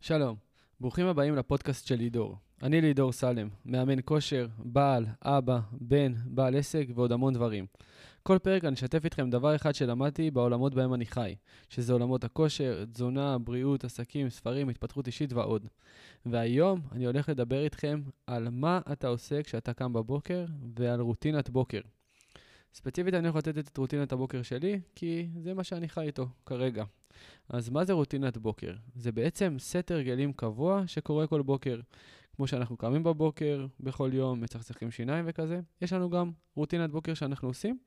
שלום, ברוכים הבאים לפודקאסט של לידור. אני לידור סלם, מאמן כושר, בעל, אבא, בן, בעל עסק ועוד המון דברים. כל פרק אני אשתף איתכם דבר אחד שלמדתי בעולמות בהם אני חי, שזה עולמות הכושר, תזונה, בריאות, עסקים, ספרים, התפתחות אישית ועוד. והיום אני הולך לדבר איתכם על מה אתה עושה כשאתה קם בבוקר ועל רוטינת בוקר. ספציפית אני הולך לתת את רוטינת הבוקר שלי, כי זה מה שאני חי איתו כרגע. אז מה זה רוטינת בוקר? זה בעצם סט הרגלים קבוע שקורה כל בוקר. כמו שאנחנו קמים בבוקר, בכל יום, מצחצחים שיניים וכזה, יש לנו גם רוטינת בוקר שאנחנו עושים.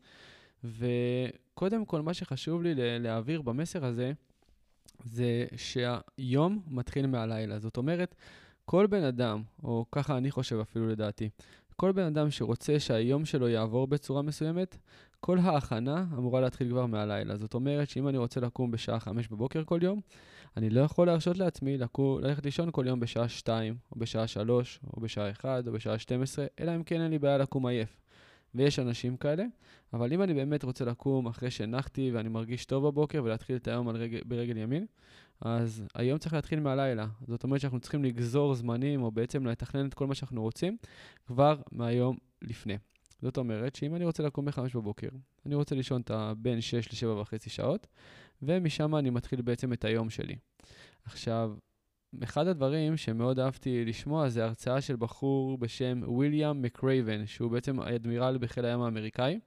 וקודם כל מה שחשוב לי להעביר במסר הזה, זה שהיום מתחיל מהלילה. זאת אומרת, כל בן אדם, או ככה אני חושב אפילו לדעתי, כל בן אדם שרוצה שהיום שלו יעבור בצורה מסוימת, כל ההכנה אמורה להתחיל כבר מהלילה. זאת אומרת שאם אני רוצה לקום בשעה 5 בבוקר כל יום, אני לא יכול להרשות לעצמי ללכת לישון כל יום בשעה 2, או בשעה 3, או בשעה 1, או בשעה 12, אלא אם כן אין לי בעיה לקום עייף. ויש אנשים כאלה, אבל אם אני באמת רוצה לקום אחרי שנחתי ואני מרגיש טוב בבוקר ולהתחיל את היום ברגל ימין, אז היום צריך להתחיל מהלילה. זאת אומרת שאנחנו צריכים לגזור זמנים, או בעצם לתכנן את כל מה שאנחנו רוצים, כבר מהיום לפני. זאת אומרת שאם אני רוצה לקום ב-5 בבוקר, אני רוצה לישון את בין 6 ל-7.5 שעות, ומשם אני מתחיל בעצם את היום שלי. עכשיו, אחד הדברים שמאוד אהבתי לשמוע זה הרצאה של בחור בשם וויליאם מקרייבן, שהוא בעצם אדמירל בחיל הים האמריקאי.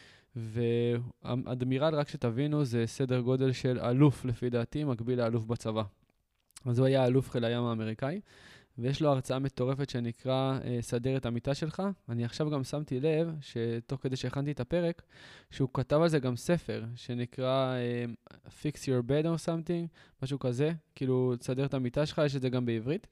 ואדמירל, רק שתבינו, זה סדר גודל של אלוף לפי דעתי, מקביל לאלוף בצבא. אז הוא היה אלוף חיל הים האמריקאי, ויש לו הרצאה מטורפת שנקרא סדר את המיטה שלך. אני עכשיו גם שמתי לב שתוך כדי שהכנתי את הפרק, שהוא כתב על זה גם ספר שנקרא Fix Your Bed or something, משהו כזה, כאילו תסדר את המיטה שלך, יש את זה גם בעברית.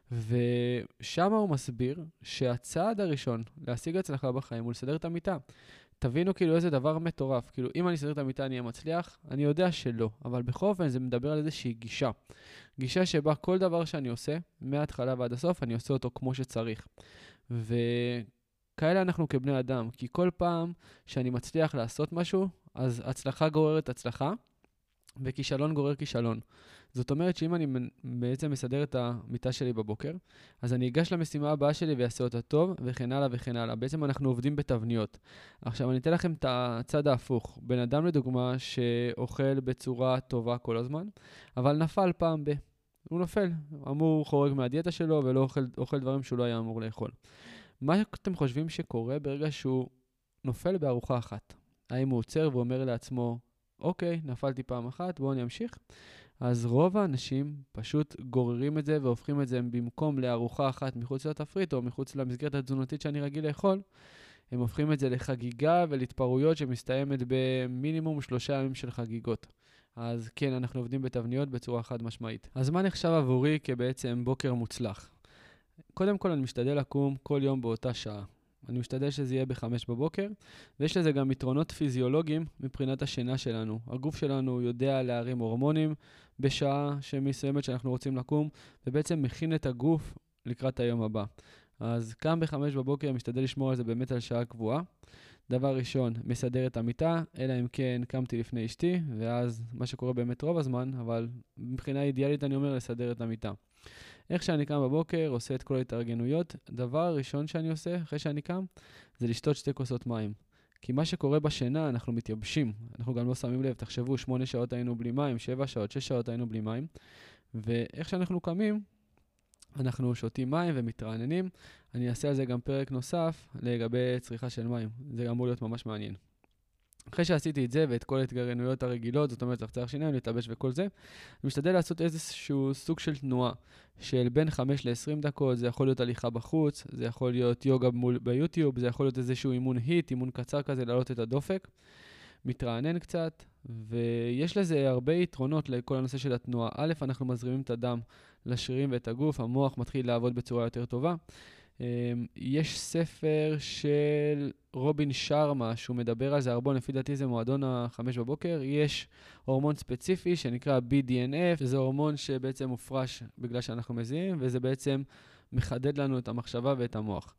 ושם הוא מסביר שהצעד הראשון להשיג הצלחה בחיים הוא לסדר את המיטה. תבינו כאילו איזה דבר מטורף, כאילו אם אני אסדר את המיטה אני אהיה מצליח, אני יודע שלא, אבל בכל אופן זה מדבר על איזושהי גישה. גישה שבה כל דבר שאני עושה, מההתחלה ועד הסוף, אני עושה אותו כמו שצריך. וכאלה אנחנו כבני אדם, כי כל פעם שאני מצליח לעשות משהו, אז הצלחה גוררת הצלחה, וכישלון גורר כישלון. זאת אומרת שאם אני בעצם מסדר את המיטה שלי בבוקר, אז אני אגש למשימה הבאה שלי ויעשה אותה טוב, וכן הלאה וכן הלאה. בעצם אנחנו עובדים בתבניות. עכשיו אני אתן לכם את הצד ההפוך. בן אדם לדוגמה שאוכל בצורה טובה כל הזמן, אבל נפל פעם הוא נופל. אמור חורג מהדיאטה שלו ולא אוכל דברים שהוא לא היה אמור לאכול. מה אתם חושבים שקורה ברגע שהוא נופל בארוחה אחת? האם הוא עוצר ואומר לעצמו, אוקיי, נפלתי פעם אחת, בואו אני אמשיך. אז רוב האנשים פשוט גוררים את זה והופכים את זה במקום לארוחה אחת מחוץ לתפריט או מחוץ למסגרת התזונתית שאני רגיל לאכול, הם הופכים את זה לחגיגה ולהתפרעויות שמסתיימת במינימום 3 ימים של חגיגות. אז כן, אנחנו עובדים בתבניות בצורה חד משמעית. אז מה נחשב עבורי כבעצם בוקר מוצלח? קודם כל אני משתדל לקום כל יום באותה שעה. אני משתדל שזה יהיה ב-5 בבוקר, ויש לזה גם יתרונות פיזיולוגיים מבחינת השינה שלנו. הגוף שלנו יודע להרים הורמונים בשעה שמסוימת שאנחנו רוצים לקום, ובעצם מכין את הגוף לקראת היום הבא. אז קם ב-5 בבוקר, משתדל לשמור על זה באמת על שעה קבועה. דבר ראשון, מסדר את המיטה, אלא אם כן קמתי לפני אשתי, ואז מה שקורה באמת רוב הזמן, אבל מבחינה אידיאלית אני אומר לסדר את המיטה. איך שאני קם בבוקר, עושה את כל ההתארגנויות. דבר הראשון שאני עושה אחרי שאני קם, זה לשתות 2 כוסות מים. כי מה שקורה בשינה, אנחנו מתייבשים. אנחנו גם לא שמים לב, תחשבו, 8 שעות היינו בלי מים, 7 שעות, 6 שעות היינו בלי מים. ואיך שאנחנו קמים, אנחנו שותים מים ומתרעננים. אני אעשה על זה גם פרק נוסף לגבי צריכה של מים. זה אמור להיות ממש מעניין. אחרי שעשיתי את זה ואת כל ההתגרענויות הרגילות, זאת אומרת, לחצר שיניים, להתלבש וכל זה, אני משתדל לעשות איזשהו סוג של תנועה של בין 5 ל-20 דקות, זה יכול להיות הליכה בחוץ, זה יכול להיות יוגה ביוטיוב, זה יכול להיות איזשהו אימון היט, אימון קצר כזה, להעלות את הדופק, מתרענן קצת, ויש לזה הרבה יתרונות לכל הנושא של התנועה. א', אנחנו מזרימים את הדם לשרירים ואת הגוף, המוח מתחיל לעבוד בצורה יותר טובה. יש ספר של רובין שרמה שהוא מדבר על זה הרבה, לפי דעתי זה מועדון ה-5 בבוקר, יש הורמון ספציפי שנקרא BDNF, זה הורמון שבעצם מופרש בגלל שאנחנו מזיעים, וזה בעצם מחדד לנו את המחשבה ואת המוח.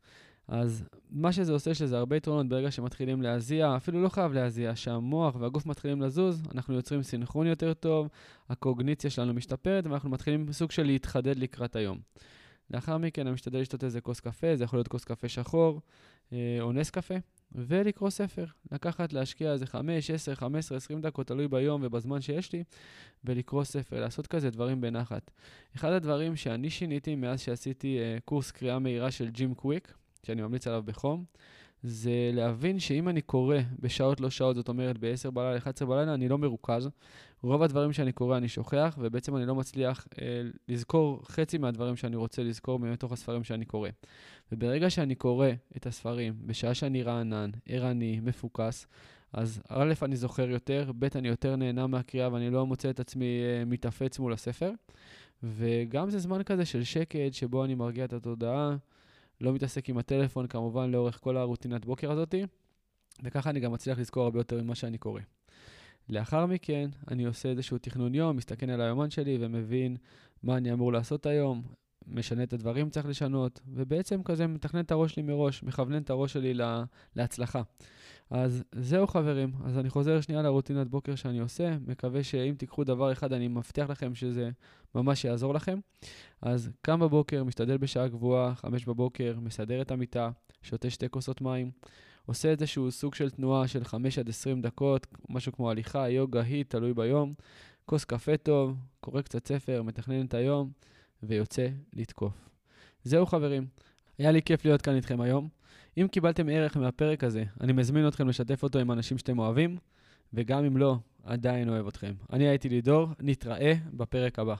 אז מה שזה עושה שזה הרבה יתרונות ברגע שמתחילים להזיע, אפילו לא חייב להזיע, שהמוח והגוף מתחילים לזוז, אנחנו יוצרים סינכרון יותר טוב, הקוגניציה שלנו משתפרת, ואנחנו מתחילים סוג של להתחדד לקראת היום. לאחר מכן אני משתדל לשתות איזה כוס קפה, זה יכול להיות כוס קפה שחור, או נס קפה, ולקרוא ספר. לקחת, להשקיע איזה 5, 10, 15, 20 דקות, תלוי ביום ובזמן שיש לי, ולקרוא ספר, לעשות כזה דברים בנחת. אחד הדברים שאני שיניתי מאז שעשיתי קורס קריאה מהירה של ג'ים קוויק, שאני ממליץ עליו בחום, זה להבין שאם אני קורא בשעות לא שעות, זאת אומרת ב-10 בלילה, 11 בלילה, אני לא מרוכז. רוב הדברים שאני קורא אני שוכח, ובעצם אני לא מצליח לזכור חצי מהדברים שאני רוצה לזכור מתוך הספרים שאני קורא. וברגע שאני קורא את הספרים, בשעה שאני רענן, ערני, מפוקס, אז א', אני זוכר יותר, ב', אני יותר נהנה מהקריאה ואני לא מוצא את עצמי מתאפץ מול הספר. וגם זה זמן כזה של שקט, שבו אני מרגיע את התודעה, לא מתעסק עם הטלפון, כמובן, לאורך כל הרוטינת בוקר הזאתי, וככה אני גם מצליח לזכור הרבה יותר ממה שאני קורא. לאחר מכן, אני עושה איזשהו תכנון יום, מסתכל על היומן שלי ומבין מה אני אמור לעשות היום, משנה את הדברים צריך לשנות, ובעצם כזה מתכנן את הראש שלי מראש, מכוונן את הראש שלי להצלחה. אז זהו חברים, אז אני חוזר שנייה לרוטינת בוקר שאני עושה, מקווה שאם תיקחו דבר אחד, אני מבטיח לכם שזה ממש יעזור לכם. אז קם בבוקר, משתדל בשעה גבוהה, 5 בבוקר, מסדר את המיטה, שותה 2 כוסות מים, עושה איזשהו סוג של תנועה של 5 עד 20 דקות, משהו כמו הליכה, יוגה, היט, תלוי ביום, כוס קפה טוב, קורא קצת ספר, מתכנן את היום, ויוצא לתקוף. זהו חברים, היה לי כיף להיות כאן איתכם היום. אם קיבלתם ערך מהפרק הזה, אני מזמין אתכם לשתף אותו עם אנשים שאתם אוהבים, וגם אם לא, עדיין אוהב אתכם. אני הייתי לידור, נתראה בפרק הבא.